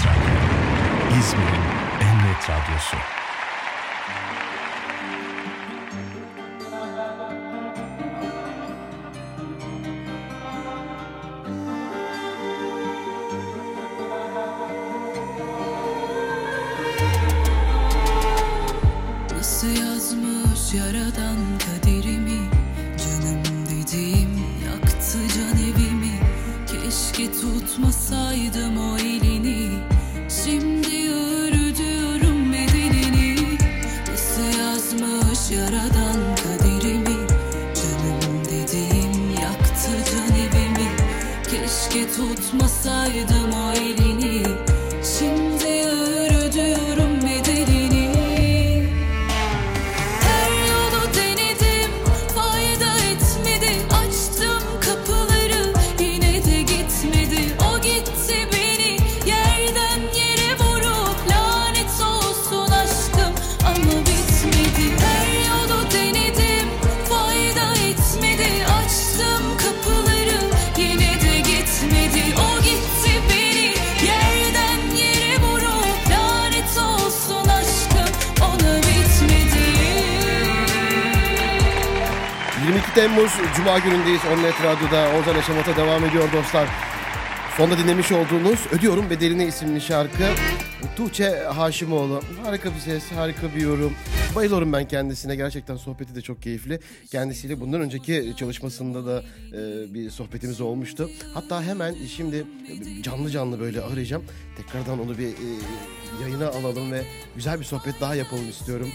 Radyo. İzmir'in en net radyosu. Nasıl yazmış yaradan kaderimi, canım dediğim yaktı can evimi. Keşke tutmasaydım o elini, şimdi öldürüyorum bedenini. Nasıl yazmış yaradan kaderimi, canım dediğim yaktı can evimi. Keşke tutmasaydım o elini, şimdi öldürüyorum bedenini. Her yolu denedim, fayda etmedi. Açtım kapıları, yine de gitmedi. O gitti beni yerden yere vurup, lanet olsun aşkım ama bitmedi. Her yolu denedim, fayda etmedi. Açtım kapıları, yine de gitmedi. O gitti beni yerden yere vurup, lanet olsun aşkım ona bitmedi. 22 Temmuz Cuma günündeyiz. On Net Radyo'da Ozan Yaşamat'a devam ediyor dostlar. Sonunda dinlemiş olduğunuz Ödüyorum Bedelini isimli şarkı. Tuğçe Haşimoğlu. Harika bir ses, harika bir yorum. Bayılıyorum ben kendisine. Gerçekten sohbeti de çok keyifli. Kendisiyle bundan önceki çalışmasında da bir sohbetimiz olmuştu. Hatta hemen şimdi canlı canlı böyle arayacağım. Tekrardan onu bir yayına alalım ve güzel bir sohbet daha yapalım istiyorum.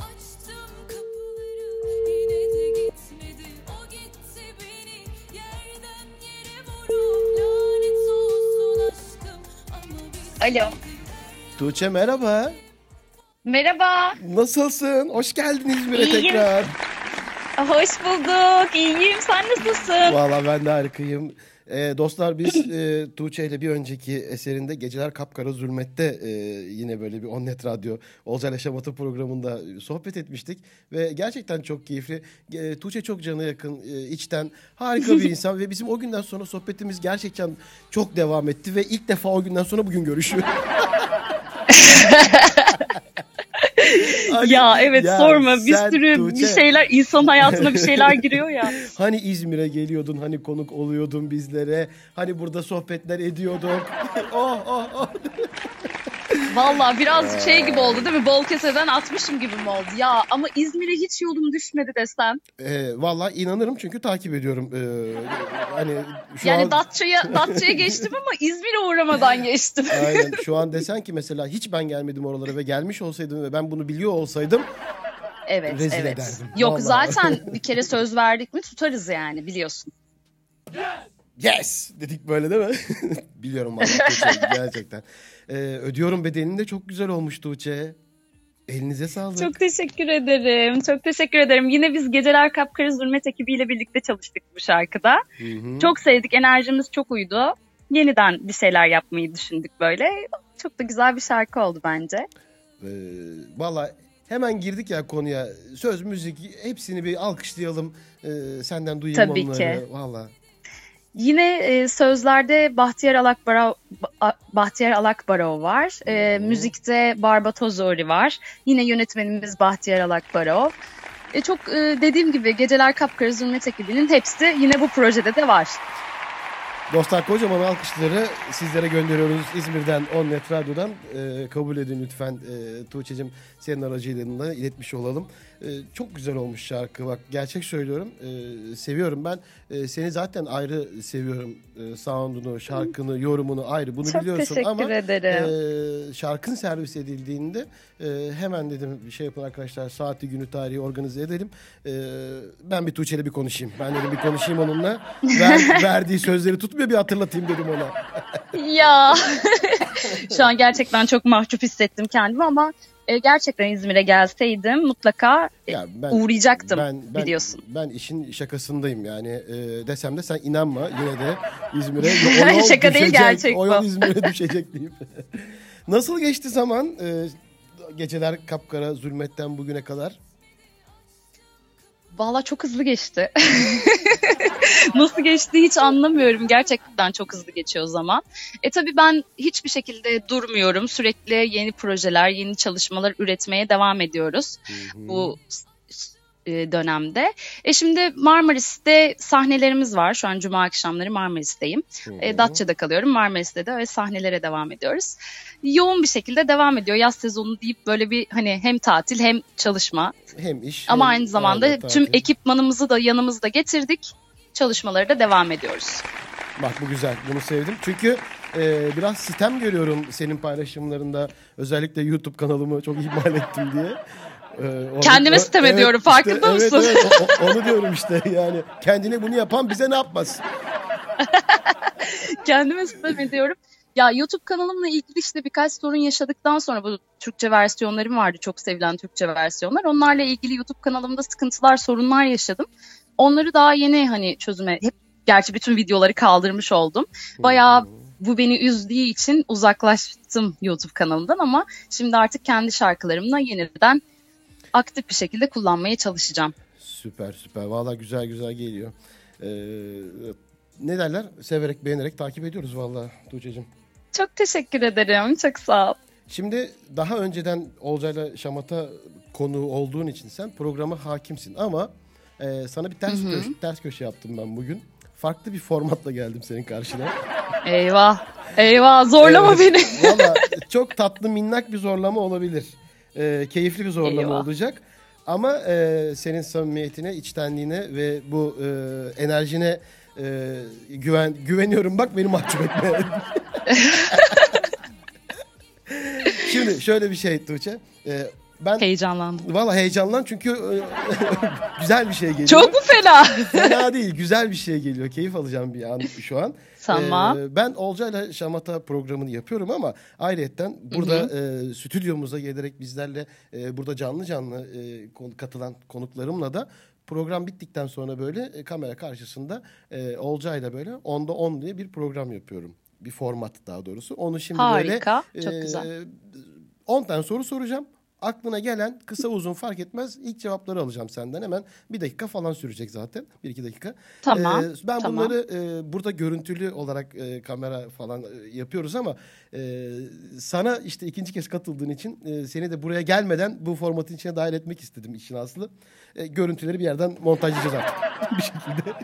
Alo. Tuğçe merhaba. Merhaba. Nasılsın? Hoş geldin İzmir'e İyiyim. tekrar. Hoş bulduk. İyiyim. Sen nasılsın? Valla ben de harikayım. Dostlar biz Tuğçe ile bir önceki eserinde Geceler Kapkara Zulmet'te yine böyle bir On Net Radyo Olcay Yaşamatı programında sohbet etmiştik. Ve gerçekten çok keyifli. Tuğçe çok cana yakın, içten harika bir insan. Ve bizim o günden sonra sohbetimiz gerçekten çok devam etti. Ve ilk defa o günden sonra bugün görüşüyoruz. Ya evet Ya sorma. Bir sen sürü Tuğçe- bir şeyler, insan hayatına bir şeyler giriyor ya. Hani İzmir'e geliyordun, hani konuk oluyordun bizlere, hani burada sohbetler ediyorduk. oh. Vallahi biraz şey gibi oldu değil mi? Bol keseden atmışım gibi mi oldu? Ya ama İzmir'e hiç yolum düşmedi desem. Vallahi inanırım çünkü takip ediyorum. Hani şu Yani an... Datça'ya geçtim ama İzmir'e uğramadan geçtim. Aynen. Şu an desen ki mesela hiç ben gelmedim oralara ve gelmiş olsaydım ve ben bunu biliyor olsaydım Evet, rezil evet. ederdim. Yok Vallahi. zaten bir kere söz verdik mi tutarız yani biliyorsun. Yes dedik böyle değil mi? Biliyorum vallahi gerçekten. Ödüyorum bedenini de çok güzel olmuş Tuğçe. Elinize sağlık. Çok teşekkür ederim. Çok teşekkür ederim. Yine biz Geceler Kapkara Zulmet ekibiyle birlikte çalıştık bu şarkıda. Hı-hı. Çok sevdik. Enerjimiz çok uydu. Yeniden bir şeyler yapmayı düşündük böyle. Çok da güzel bir şarkı oldu bence. Vallahi hemen girdik ya konuya. Söz, müzik hepsini bir alkışlayalım. Senden duyayım Tabii onları. ki. Vallahi. Yine sözlerde Bahtiyar Alakbarov var. Müzikte Barbatozori var. Yine yönetmenimiz Bahtiyar Alakbarov. Çok dediğim gibi Geceler Kapkara Zulmet ekibinin hepsi yine bu projede de var. Dostlar kocaman alkışları sizlere gönderiyoruz İzmir'den On Net Radyo'dan. Kabul edin lütfen Tuğçe'cim, senin aracılığıyla da iletmiş olalım. Çok güzel olmuş şarkı, bak gerçek söylüyorum. Seviyorum ben. Seni zaten ayrı seviyorum. Sound'unu, şarkını, yorumunu ayrı, bunu Çok biliyorsun teşekkür ama ederim. şarkın servis edildiğinde hemen dedim bir şey yapın arkadaşlar, saati günü tarihi organize edelim. Ben bir Tuğçe'yle bir konuşayım. Ben dedim bir konuşayım onunla. Verdiği sözleri tutmuyor, bir hatırlatayım dedim ona. Ya şu an gerçekten çok mahcup hissettim kendimi ama gerçekten İzmir'e gelseydim mutlaka uğrayacaktım biliyorsun. Ben işin şakasındayım yani, desem de sen inanma, yine de İzmir'e o yol Şaka düşecek, değil, gerçek o yol bu. İzmir'e düşecek deyip. Nasıl geçti zaman Geceler Kapkara Zulmet'ten bugüne kadar? Vallahi çok hızlı geçti. Nasıl geçtiği hiç anlamıyorum. Gerçekten çok hızlı geçiyor zaman. Tabii ben hiçbir şekilde durmuyorum. Sürekli yeni projeler, yeni çalışmalar üretmeye devam ediyoruz. Bu dönemde. Şimdi Marmaris'te sahnelerimiz var. Şu an Cuma akşamları Marmaris'teyim. Datça'da kalıyorum. Marmaris'te de sahnelere devam ediyoruz. Yoğun bir şekilde devam ediyor. Yaz sezonu deyip böyle bir hani hem tatil hem çalışma. Hem iş. Ama hem aynı zamanda tüm ekipmanımızı da yanımızda getirdik. Çalışmaları da devam ediyoruz. Bak bu güzel. Bunu sevdim. Çünkü biraz sitem görüyorum senin paylaşımlarında. Özellikle YouTube kanalımı çok ihmal ettim diye. Kendime sitem ediyorum, farkında mısın? Evet, onu diyorum işte yani. Kendine bunu yapan bize ne yapmaz? Kendime sitem ediyorum. Ya YouTube kanalımla ilgili işte birkaç sorun yaşadıktan sonra bu Türkçe versiyonlarım vardı. Çok sevilen Türkçe versiyonlar. Onlarla ilgili YouTube kanalımda sıkıntılar, sorunlar yaşadım. Onları daha yeni hani çözüme, gerçi bütün videoları kaldırmış oldum. Bayağı bu beni üzdüğü için uzaklaştım YouTube kanalımdan ama şimdi artık kendi şarkılarımla yeniden aktif bir şekilde kullanmaya çalışacağım. Süper. Vallahi güzel geliyor. Ne derler? Severek, beğenerek takip ediyoruz vallahi Tuğçe'cim. Çok teşekkür ederim. Çok sağ ol. Şimdi daha önceden Olcay'la Şamata konuğu olduğun için sen programa hakimsin ama sana bir ters köşe yaptım ben bugün. Farklı bir formatla geldim senin karşına. Eyvah zorlama beni. Valla çok tatlı minnak bir zorlama olabilir. Keyifli bir zorlama olacak. Ama senin samimiyetine, içtenliğine ve bu enerjine güveniyorum. Bak beni mahcup etme. Şimdi şöyle bir şey Tuğçe. Ben heyecanlandım. Valla heyecanlan çünkü güzel bir şey geliyor. Çok mu fena? Fena değil, güzel bir şey geliyor. Keyif alacağım bir an şu an. Tamam. Ben Olcay'la Şamata programını yapıyorum ama ayrıyetten burada stüdyomuza gelerek bizlerle burada canlı katılan konuklarımla da program bittikten sonra böyle kamera karşısında Olcay'la böyle 10'da 10 diye bir program yapıyorum. Bir format daha doğrusu. Onu şimdi harika, böyle çok güzel. 10 tane soru soracağım. Aklına gelen kısa uzun fark etmez ilk cevapları alacağım senden. Hemen 1 dakika falan sürecek zaten. 1-2 dakika. Tamam. Ben bunları burada görüntülü olarak kamera falan yapıyoruz ama sana işte ikinci kez katıldığın için seni de buraya gelmeden bu formatın içine dahil etmek istedim işin aslı. Görüntüleri bir yerden montajlayacağız artık bir şekilde.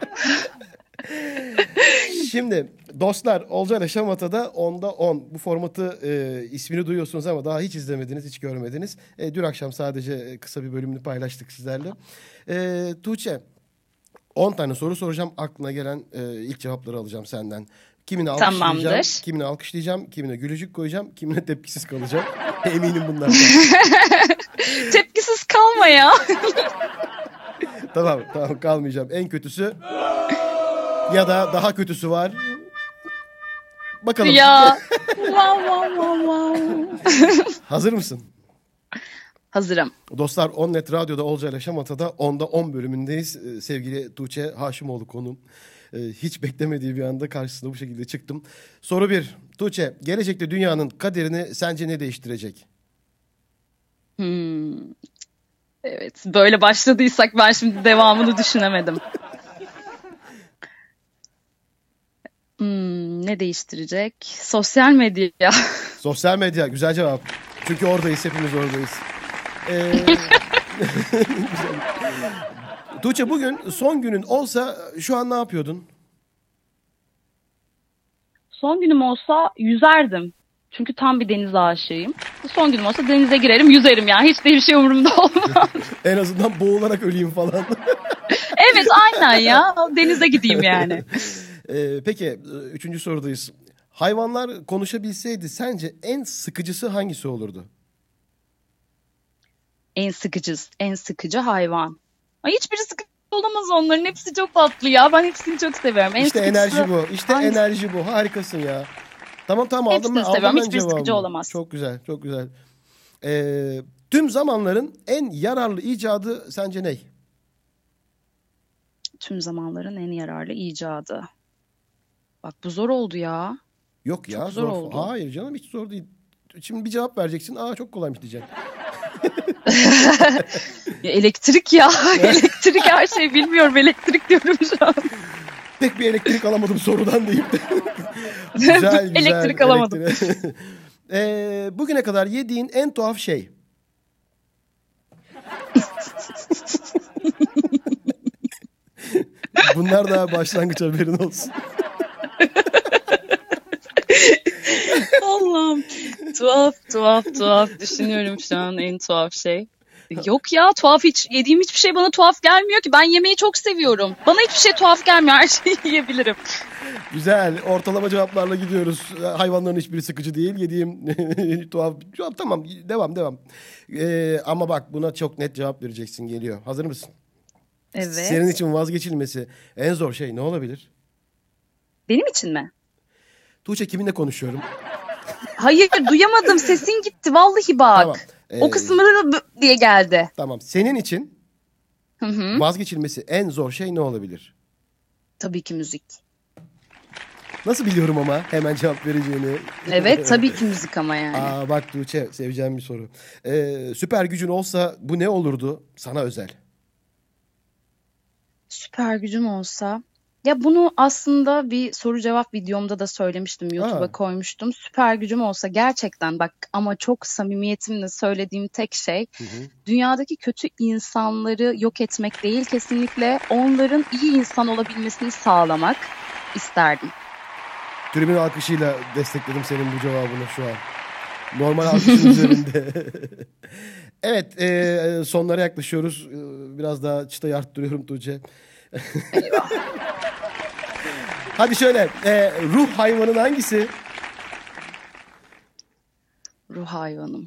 Şimdi dostlar Olcay'la Şamata'da 10'da 10 bu formatı ismini duyuyorsunuz ama daha hiç izlemediniz, hiç görmediniz. Dün akşam sadece kısa bir bölümünü paylaştık sizlerle. Tuğçe 10 tane soru soracağım. Aklına gelen ilk cevapları alacağım senden. Kimine alkışlayacağım, tamamdır. Kimine alkışlayacağım, kimine gülücük koyacağım, kimine tepkisiz kalacağım. Eminim bunlardan. Tepkisiz kalma ya. Tamam kalmayacağım. En kötüsü ya da daha kötüsü var. Bakalım. Ya. Wow. Hazır mısın? Hazırım. Dostlar Onnet Radyo'da Olcay'la Şamata'da 10'da 10 bölümündeyiz. Sevgili Tuğçe Haşimoğlu konuğum. Hiç beklemediği bir anda karşısına bu şekilde çıktım. Soru 1. Tuğçe, gelecekte dünyanın kaderini sence ne değiştirecek? Evet, böyle başladıysak ben şimdi devamını düşünemedim. Ne değiştirecek? Sosyal medya. Sosyal medya, güzel cevap. Çünkü oradayız, hepimiz oradayız. Tuğçe, bugün son günün olsa şu an ne yapıyordun? Son günüm olsa yüzerdim. Çünkü tam bir deniz aşığıyım. Son günüm olsa denize girerim, yüzerim yani. Hiç de bir şey umurumda olmaz. En azından boğularak öleyim falan. Evet, aynen ya. Denize gideyim yani. Peki, 3. sorudayız. Hayvanlar konuşabilseydi sence en sıkıcısı hangisi olurdu? En sıkıcı hayvan. Ay, hiçbiri sıkıcı olamaz onların. Hepsi çok tatlı ya. Ben hepsini çok seviyorum. İşte enerji bu. İşte enerji bu. Harikasın ya. Tamam aldım ben. Hepsini seviyorum. Hiçbiri sıkıcı olamaz. Çok güzel. Tüm zamanların en yararlı icadı sence ne? Tüm zamanların en yararlı icadı. Bak bu zor oldu ya. Yok ya, çok zor oldu. Hayır canım, hiç zor değil. Şimdi bir cevap vereceksin. Çok kolaymış diyeceksin. Elektrik ya. Elektrik her şey bilmiyorum. Elektrik diyorum şu an. Pek bir elektrik alamadım sorudan deyip de. Güzel. Elektrik alamadım. Bugüne kadar yediğin en tuhaf şey. Bunlar da başlangıç, haberin olsun. Allah'ım. Tuhaf düşünüyorum şu an en tuhaf şey. Yok ya, tuhaf yediğim hiçbir şey bana tuhaf gelmiyor ki. Ben yemeği çok seviyorum. Bana hiçbir şey tuhaf gelmiyor. Her şeyi yiyebilirim. Güzel. Ortalama cevaplarla gidiyoruz. Hayvanların hiçbiri sıkıcı değil. Yediğim tuhaf. Tamam, devam. Ama bak, buna çok net cevap vereceksin, geliyor. Hazır mısın? Evet. Senin için vazgeçilmesi en zor şey ne olabilir? Benim için mi? Tuğçe, kiminle konuşuyorum? Hayır, duyamadım. Sesin gitti. Vallahi bak. Tamam. O kısımda da diye geldi. Tamam. Senin için vazgeçilmesi en zor şey ne olabilir? Tabii ki müzik. Nasıl biliyorum ama hemen cevap vereceğini. Evet, tabii ki müzik ama yani. Bak Tuğçe, seveceğim bir soru. Süper gücün olsa bu ne olurdu sana özel? Süper gücüm olsa... Ya bunu aslında bir soru cevap videomda da söylemiştim. YouTube'a koymuştum. Süper gücüm olsa gerçekten bak, ama çok samimiyetimle söylediğim tek şey dünyadaki kötü insanları yok etmek değil, kesinlikle onların iyi insan olabilmesini sağlamak isterdim. Tribün alkışıyla destekledim senin bu cevabını şu an. Normal alkışın üzerinde. Evet, sonlara yaklaşıyoruz. Biraz daha çıtayı arttırıyorum Tuğçe. Eyvah. Hadi şöyle, ruh hayvanın hangisi? Ruh hayvanım.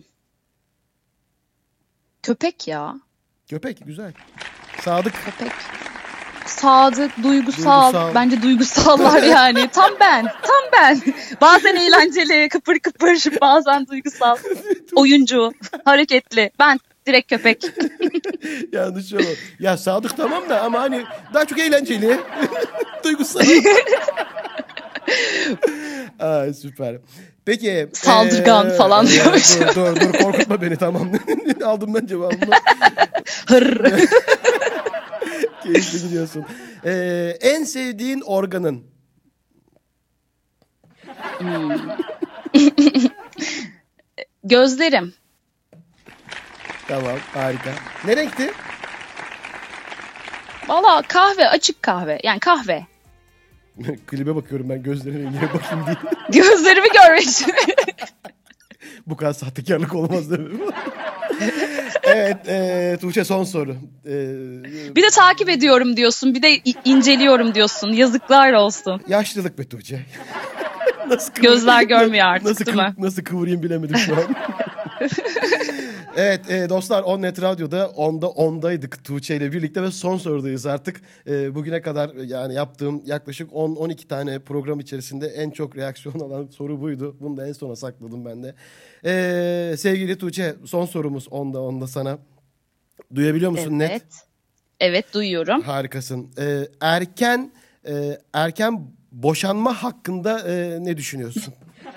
Köpek ya. Köpek, güzel. Sadık. Köpek. Sadık, duygusal. Bence duygusallar yani. Tam ben. Bazen eğlenceli, kıpır kıpır, bazen duygusal. Oyuncu, hareketli. Ben direkt köpek. Yanlış o. Ya Sadık tamam da ama hani daha çok eğlenceli. Duygusal. Süper. Peki. Saldırgan falan diyormuş. Dur korkutma beni, tamam. Aldım ben cevabımı. Hırr. Keyifli gidiyorsun. En sevdiğin organın? Gözlerim. Tamam, harika. Ne renkti? Valla kahve, açık kahve. Yani kahve. Klibe bakıyorum ben, gözlerine rengine bakayım diye. Gözlerimi görmek. Bu kadar sahtekarlık olmaz değil mi? Evet, Tuğçe, son soru. Bir de takip ediyorum diyorsun, bir de inceliyorum diyorsun. Yazıklar olsun. Yaşlılık be Tuğçe. Gözler görmüyor artık, değil mi? Nasıl kıvırayım bilemedim şu an. Evet dostlar, On.net Radyo'da 10'da 10'daydık Tuğçe ile birlikte ve son sorudayız artık. Bugüne kadar yani yaptığım yaklaşık 10-12 tane program içerisinde en çok reaksiyon alan soru buydu. Bunu da en sona sakladım ben de. Sevgili Tuğçe, son sorumuz 10'da 10'da sana. Duyabiliyor musun net? Evet, duyuyorum. Harikasın. Erken boşanma hakkında ne düşünüyorsun?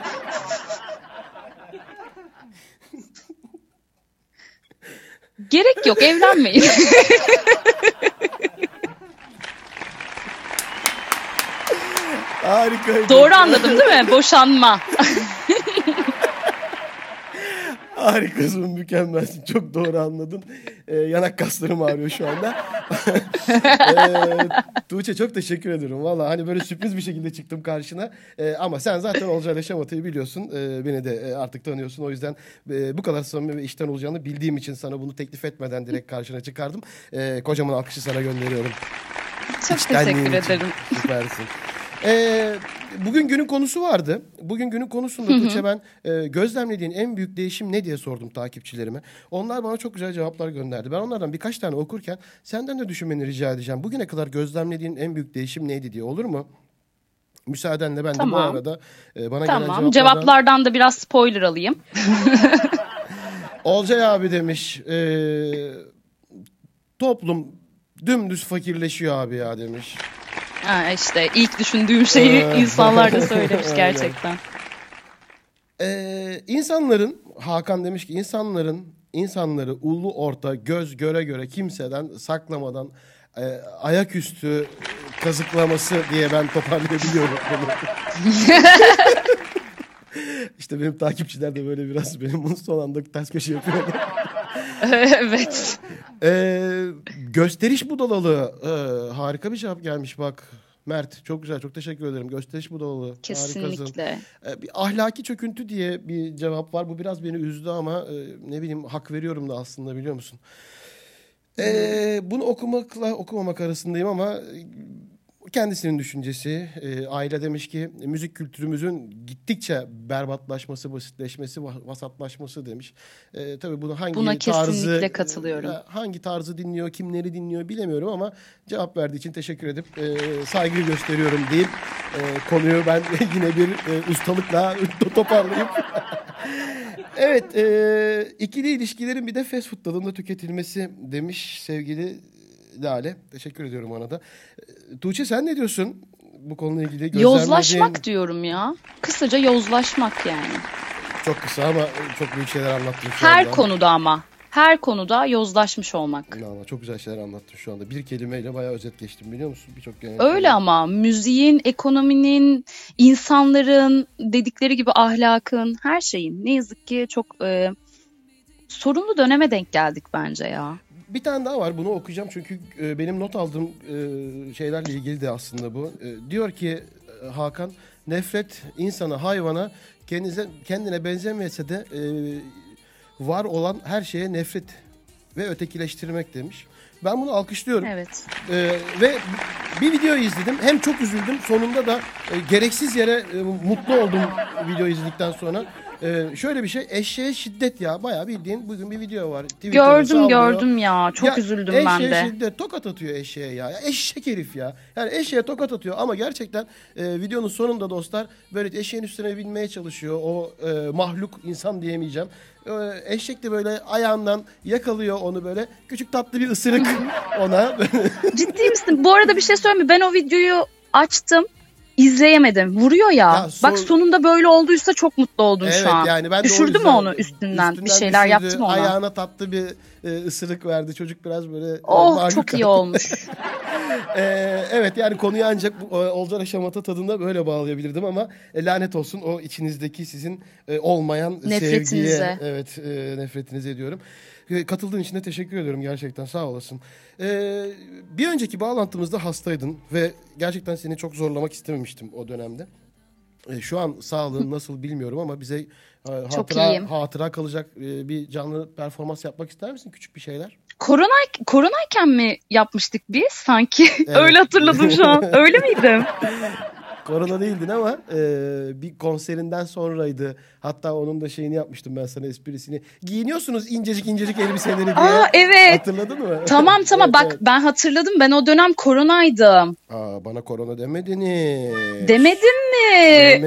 Gerek yok, evlenmeyin. Harikaydı. Doğru anladım değil mi? Boşanma. Harikasın, mükemmelsin. Çok doğru anladın. Yanak kaslarım ağrıyor şu anda. Tuğçe, çok teşekkür ediyorum. Valla hani böyle sürpriz bir şekilde çıktım karşına. Ama sen zaten Olcay ile Şamata'yı biliyorsun. Beni de artık tanıyorsun. O yüzden bu kadar samimi ve içten olacağını bildiğim için sana bunu teklif etmeden direkt karşına çıkardım. Kocaman alkışı sana gönderiyorum. Çok teşekkür ederim. Süpersin. Bugün günün konusu vardı. Bugün günün konusunda Tuğçe, ben gözlemlediğin en büyük değişim ne diye sordum takipçilerime. Onlar bana çok güzel cevaplar gönderdi. Ben onlardan birkaç tane okurken senden de düşünmeni rica edeceğim. Bugüne kadar gözlemlediğin en büyük değişim neydi diye, olur mu? Müsaadenle ben de bu arada bana gelen cevaplardan da biraz spoiler alayım. Olcay abi demiş, toplum dümdüz fakirleşiyor abi ya demiş. İşte ilk düşündüğüm şeyi insanlar da söylemiş gerçekten. İnsanların, Hakan demiş ki, insanların insanları ulu orta göz göre göre kimseden saklamadan ayaküstü kazıklaması diye ben toparlayabiliyorum bunu. İşte benim takipçiler de böyle biraz benim bunu son anda ters köşe yapıyorlar. Evet. Gösteriş budalalı. Harika bir cevap gelmiş bak. Mert çok güzel, çok teşekkür ederim. Gösteriş budalalı. Kesinlikle. Bir ahlaki çöküntü diye bir cevap var. Bu biraz beni üzdü ama ne bileyim hak veriyorum da aslında, biliyor musun? Bunu okumakla okumamak arasındayım ama kendisinin düşüncesi. Aile demiş ki müzik kültürümüzün gittikçe berbatlaşması, basitleşmesi, vasatlaşması demiş. Tabii bunu Buna kesinlikle katılıyorum. Hangi tarzı dinliyor, kimleri dinliyor bilemiyorum ama cevap verdiği için teşekkür edip saygı gösteriyorum deyip konuyu ben yine bir ustalıkla toparlayıp evet, ikili ilişkilerin bir de fast food tadında tüketilmesi demiş sevgili Lale. Teşekkür ediyorum ona da. Tuğçe sen ne diyorsun bu konuyla ilgili? Yozlaşmak diyorum ya. Kısaca yozlaşmak yani. Çok kısa ama çok büyük şeyler anlattın şu Her anda. konuda ama. Her konuda yozlaşmış olmak. Ama çok güzel şeyler anlattın şu anda. Bir kelimeyle bayağı özet geçtim, biliyor musun? Birçok genel Öyle konu. ama müziğin, ekonominin, insanların dedikleri gibi ahlakın, her şeyin ne yazık ki çok sorunlu döneme denk geldik bence ya. Bir tane daha var, bunu okuyacağım çünkü benim not aldığım şeylerle ilgili de aslında bu. Diyor ki Hakan, nefret insana, hayvana, kendine benzemese de var olan her şeye nefret ve ötekileştirmek demiş. Ben bunu alkışlıyorum. Evet. Ve bir video izledim. Hem çok üzüldüm. Sonunda da gereksiz yere mutlu oldum video izledikten sonra. Şöyle bir şey. Eşeğe şiddet ya. Bayağı bildiğin bugün bir video var. Gördüm ya. Çok üzüldüm ben de. Eşeğe şiddet. Tokat atıyor eşeğe ya. Eşek herif ya. Yani eşeğe tokat atıyor ama gerçekten videonun sonunda dostlar böyle eşeğin üstüne binmeye çalışıyor. O mahluk, insan diyemeyeceğim. Eşek de böyle ayağından yakalıyor onu, böyle küçük tatlı bir ısırık ona. Ciddi misin? Bu arada bir şey söyleyeyim mi? Ben o videoyu açtım. İzleyemedim. Vuruyor ya. Bak sonunda böyle olduysa çok mutlu oldum evet, şu an. Yani ben düşürdü mü onu üstünden? Bir şeyler düşürdü, yaptı mı ona? Ayağına tatlı bir ısırık verdi. Çocuk biraz böyle... çok iyi olmuş. Evet, yani konuyu ancak Olcan Aşamata tadında böyle bağlayabilirdim ama lanet olsun o içinizdeki sizin olmayan sevgiye, evet, nefretinize ediyorum. Katıldığın için de teşekkür ediyorum gerçekten, sağ olasın. Bir önceki bağlantımızda hastaydın ve gerçekten seni çok zorlamak istememiştim o dönemde. Şu an sağlığın nasıl bilmiyorum ama bize hatıra kalacak bir canlı performans yapmak ister misin? Küçük bir şeyler. Koronayken mi yapmıştık biz sanki? Evet. Öyle hatırladım şu an. Öyle miydim? Korona değildin ama bir konserinden sonraydı. Hatta onun da şeyini yapmıştım ben sana, esprisini. Giyiniyorsunuz incecik incecik elbiseleri diye. Evet. Hatırladın mı? Tamam evet, bak evet. Ben hatırladım. Ben o dönem koronaydım. Bana korona demediniz. Demedin mi?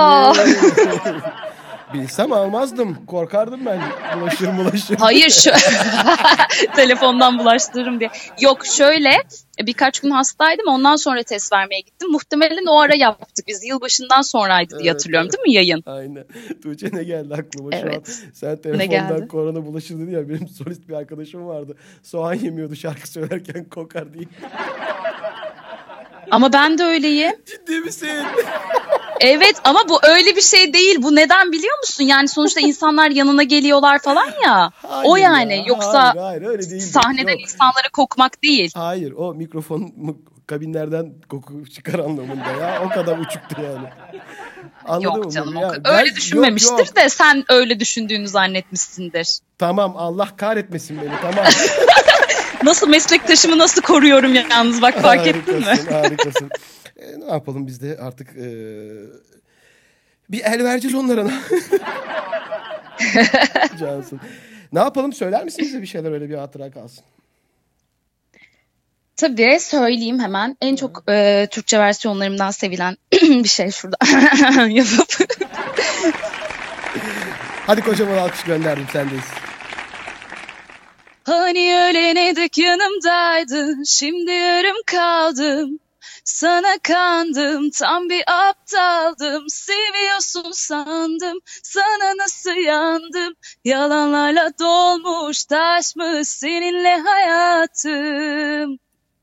Bilsem almazdım. Korkardım ben. Bulaşır. Hayır telefondan bulaştırırım diye. Yok şöyle birkaç gün hastaydım. Ondan sonra test vermeye gittim. Muhtemelen o ara yaptık. Biz yılbaşından sonraydı diye hatırlıyorum, değil mi yayın? Aynen. Tuğçe ne geldi aklıma şu an? Sen telefondan korona bulaşır dedin ya. Benim solist bir arkadaşım vardı. Soğan yemiyordu şarkı söylerken kokar diye. Ama ben de öyleyim. Ciddi misin? Evet ama bu öyle bir şey değil. Bu neden biliyor musun? Yani sonuçta insanlar yanına geliyorlar falan ya. Hayır o yani ya, yoksa hayır, öyle değil. Sahneden insanlara kokmak değil. Hayır, o mikrofon kabinlerden koku çıkar anlamında ya. O kadar uçuktu yani. Anladın yok canım ya, öyle düşünmemiştir yok. De sen öyle düşündüğünü zannetmişsindir. Tamam, Allah kahretmesin beni, tamam. Nasıl meslektaşımı nasıl koruyorum yalnız bak, fark ettin mi? Harikasın. Ne yapalım biz de artık bir el vereceğiz onlara. Cansın. Ne yapalım, söyler misin bize bir şeyler, öyle bir hatıra kalsın? Tabii söyleyeyim hemen. En çok Türkçe versiyonlarımdan sevilen bir şey şurada yapıp. Hadi kocaman alkış gönderdim, sendeyiz. Hani ölene dek yanımdaydı, şimdi yarım kaldım. Sana kandım, tam bir aptaldım. Seviyorsun sandım, sana nasıl yandım. Yalanlarla dolmuş taşmış seninle hayatım.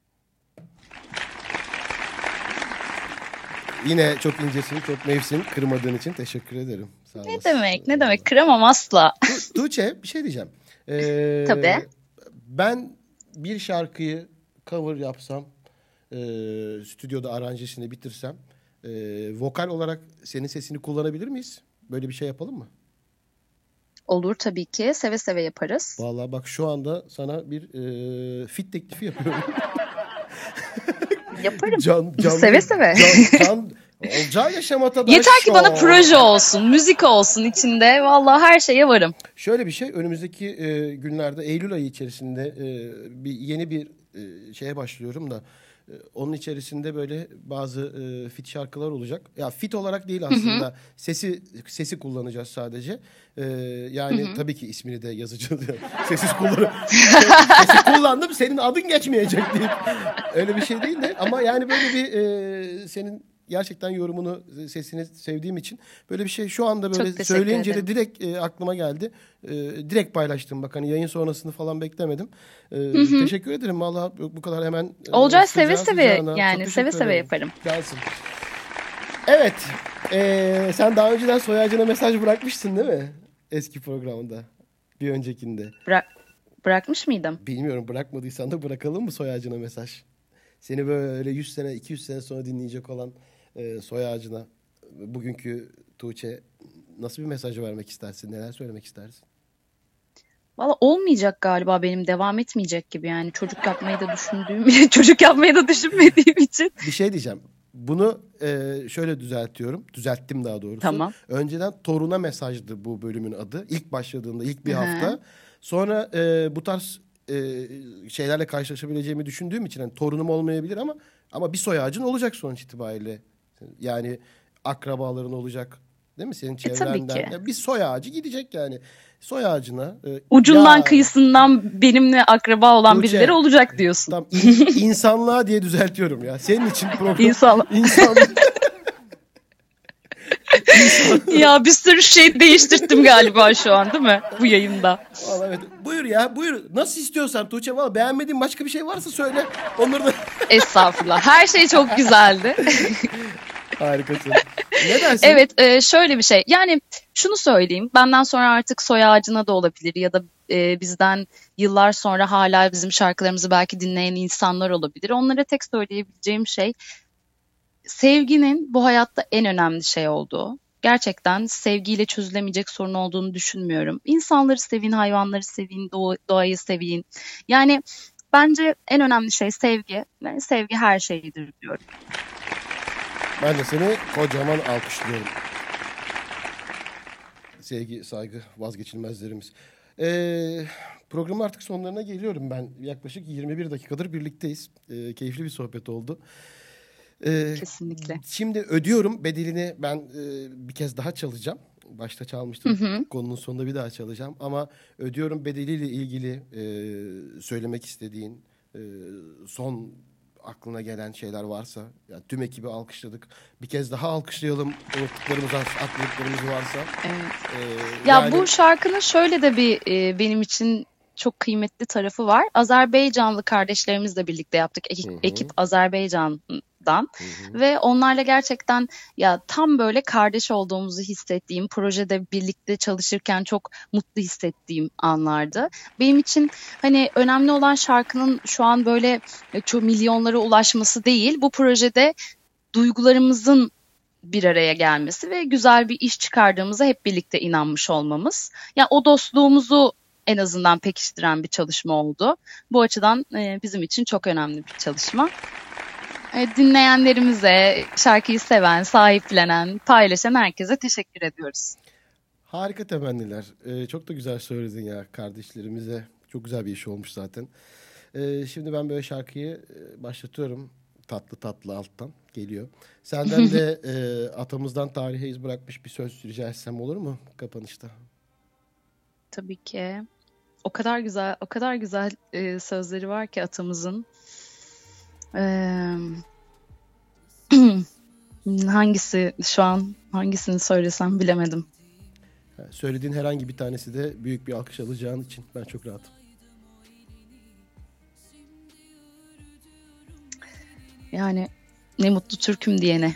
Yine çok incesin, çok mevsim. Kırmadığın için teşekkür ederim. Sağ Ne olasın. demek, ne demek? Kıramam asla. Tuğçe bir şey diyeceğim. Tabii. Ben bir şarkıyı cover yapsam, stüdyoda aranjesini bitirsem, vokal olarak senin sesini kullanabilir miyiz? Böyle bir şey yapalım mı? Olur tabii ki. Seve seve yaparız. Vallahi bak şu anda sana bir fit teklifi yapıyorum. Yaparım. Canlı, Seve seve. Olcay Yaşamata'da Yeter ki bana şov. proje olsun, müzik olsun içinde. Vallahi her şeye varım. Şöyle bir şey, önümüzdeki günlerde Eylül ayı içerisinde yeni bir şeye başlıyorum da onun içerisinde böyle bazı fit şarkılar olacak. Ya fit olarak değil aslında. Sesi kullanacağız sadece. Yani tabii ki ismini de yazacağız. Sessiz sesi kullandım, senin adın geçmeyecek diye. Öyle bir şey değil de ama yani böyle bir senin gerçekten yorumunu, sesini sevdiğim için böyle bir şey şu anda böyle söyleyince de direkt aklıma geldi. Direkt paylaştım, bak hani yayın sonrasını falan beklemedim. Teşekkür ederim valla bu kadar hemen. Olacak, seve seve yani seve seve yaparım. Gelsin. Evet, sen daha önceden soy ağacına mesaj bırakmıştın değil mi? Eski programda, bir öncekinde. Bırakmış mıydım? Bilmiyorum, bırakmadıysan da bırakalım mı soy ağacına mesaj? Seni böyle 100 sene, 200 sene sonra dinleyecek olan soy ağacına, bugünkü Tuğçe nasıl bir mesaj vermek istersin? Neler söylemek istersin? Valla olmayacak galiba, benim devam etmeyecek gibi yani çocuk yapmayı da çocuk yapmayı da düşünmediğim için. Bir şey diyeceğim. Bunu şöyle düzelttim daha doğrusu. Tamam. Önceden toruna mesajdı bu bölümün adı. İlk başladığında, ilk bir hafta. Sonra bu tarz şeylerle karşılaşabileceğimi düşündüğüm için yani torunum olmayabilir ama bir soy ağacın olacak sonuç itibariyle. Yani akrabaların olacak, değil mi, senin çevrenden? Tabii ki. Yani bir soy ağacı gidecek yani. Soy ağacına ucundan kıyısından benimle akraba olan Tuğçe, birileri olacak diyorsun. Tam insanlığa diye düzeltiyorum ya. Senin için program. İnsanlık. Ya bir sürü şey değiştirdim galiba şu an, değil mi? Bu yayında. Vallahi evet. Buyur ya, buyur. Nasıl istiyorsan Tuğçe. Vallahi beğenmediğin başka bir şey varsa söyle. Onları da... Estağfurullah. Her şey çok güzeldi. Harikasın. Ne dersin? Evet, şöyle bir şey. Yani şunu söyleyeyim. Benden sonra artık soy ağacına da olabilir ya da bizden yıllar sonra hala bizim şarkılarımızı belki dinleyen insanlar olabilir. Onlara tek söyleyebileceğim şey, sevginin bu hayatta en önemli şey olduğu. Gerçekten sevgiyle çözülemeyecek sorun olduğunu düşünmüyorum. İnsanları sevin, hayvanları sevin, doğayı sevin. Yani bence en önemli şey sevgi. Yani sevgi her şeydir diyorum. Ben de seni kocaman alkışlıyorum. Sevgi, saygı vazgeçilmezlerimiz. Programın artık sonlarına geliyorum ben. Yaklaşık 21 dakikadır birlikteyiz. Keyifli bir sohbet oldu. Kesinlikle. Şimdi ödüyorum bedelini, ben bir kez daha çalacağım. Başta çalmıştım. Konunun sonunda bir daha çalacağım. Ama ödüyorum bedeliyle ilgili söylemek istediğin son aklına gelen şeyler varsa. Yani tüm ekibi alkışladık. Bir kez daha alkışlayalım. Unuttuklarımız, atladıklarımız varsa. Evet. Ya bu şarkının şöyle de bir benim için çok kıymetli tarafı var. Azerbaycanlı kardeşlerimizle birlikte yaptık. Ekip Azerbaycan'dan. Ve onlarla gerçekten ya tam böyle kardeş olduğumuzu hissettiğim, projede birlikte çalışırken çok mutlu hissettiğim anlardı. Benim için hani önemli olan şarkının şu an böyle çok milyonlara ulaşması değil. Bu projede duygularımızın bir araya gelmesi ve güzel bir iş çıkardığımıza hep birlikte inanmış olmamız. Yani o dostluğumuzu en azından pekiştiren bir çalışma oldu. Bu açıdan bizim için çok önemli bir çalışma. Dinleyenlerimize, şarkıyı seven, sahiplenen, paylaşan herkese teşekkür ediyoruz. Harika temenniler. Çok da güzel söyledin ya kardeşlerimize. Çok güzel bir iş olmuş zaten. Şimdi ben böyle şarkıyı başlatıyorum. Tatlı tatlı alttan geliyor. Senden de atamızdan tarihe iz bırakmış bir söz rica etsem olur mu kapanışta? Tabii ki. O kadar güzel sözleri var ki atamızın. Hangisi şu an hangisini söylesem bilemedim. Söylediğin herhangi bir tanesi de büyük bir alkış alacağın için ben çok rahatım. Yani ne mutlu Türk'üm diyene.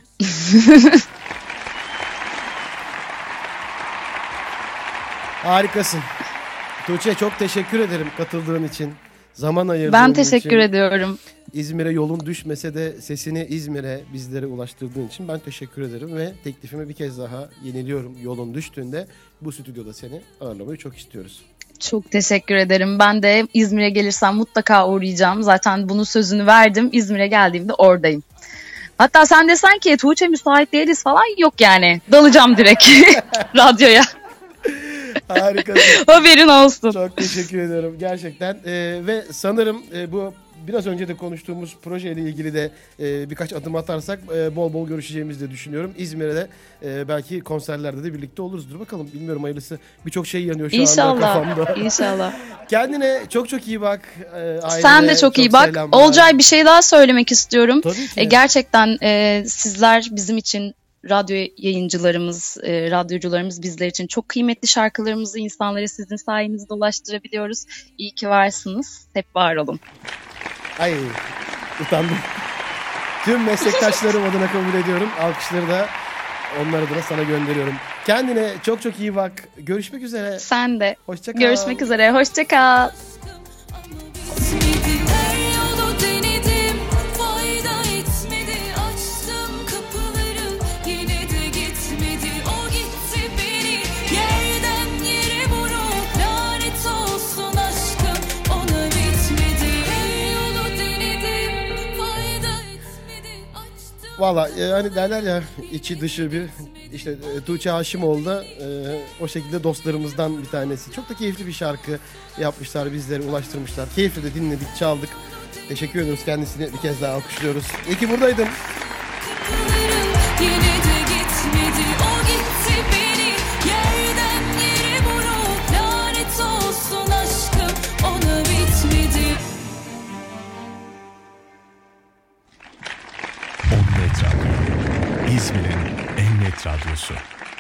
Harikasın. Tuğçe çok teşekkür ederim katıldığın için. Zaman ayırdığın Ben için. teşekkür ediyorum. İzmir'e yolun düşmese de sesini İzmir'e bizlere ulaştırdığın için ben teşekkür ederim ve teklifimi bir kez daha yeniliyorum. Yolun düştüğünde bu stüdyoda seni ağırlamayı çok istiyoruz. Çok teşekkür ederim. Ben de İzmir'e gelirsem mutlaka uğrayacağım. Zaten bunun sözünü verdim. İzmir'e geldiğimde oradayım. Hatta sen desen ki Tuğçe müsait değiliz falan, yok yani. Dalacağım direkt radyoya. Harikasın. Haberin olsun. Çok teşekkür ederim gerçekten. Ve sanırım bu biraz önce de konuştuğumuz projeyle ilgili de birkaç adım atarsak bol bol görüşeceğimizi de düşünüyorum. İzmir'e de belki konserlerde de birlikte oluruzdur. Bakalım, bilmiyorum, hayırlısı. Birçok şey yanıyor şu anda kafamda. İnşallah. Kendine çok çok iyi bak. Sen de çok iyi bak. Selamlar. Olcay, bir şey daha söylemek istiyorum. Tabii ki. Gerçekten sizler bizim için, radyo yayıncılarımız, radyocularımız bizler için çok kıymetli. Şarkılarımızı insanlara sizin sayenizde ulaştırabiliyoruz. İyi ki varsınız. Hep var olun. Ay, utandım. Tüm meslektaşlarım adına kabul ediyorum. Alkışları da onlar adına sana gönderiyorum. Kendine çok çok iyi bak. Görüşmek üzere. Sen de. Hoşça kal. Görüşmek üzere. Hoşça kal. Bitmedi, her yolu denedim, fayda etmedi. Açtım kapıları, yine de gitmedi. O gitti beni yerden yere vurup, lanet olsun aşkım, ona bitmedi. Her yolu denedim, fayda etmedi. Açtım. Valla hani derler ya, içi dışı bir, işte Tuğçe Haşimoğlu da o şekilde dostlarımızdan bir tanesi. Çok da keyifli bir şarkı yapmışlar, bizlere ulaştırmışlar. Keyifli de dinledik, çaldık. Teşekkür ediyoruz kendisine, bir kez daha alkışlıyoruz. İyi ki buradaydın. Yine de gitmedi, o gitti beni yerden yere vurup, lanet olsun aşkım, ona bitmedi. On Net Radyo, İzmir'in en net radyosu.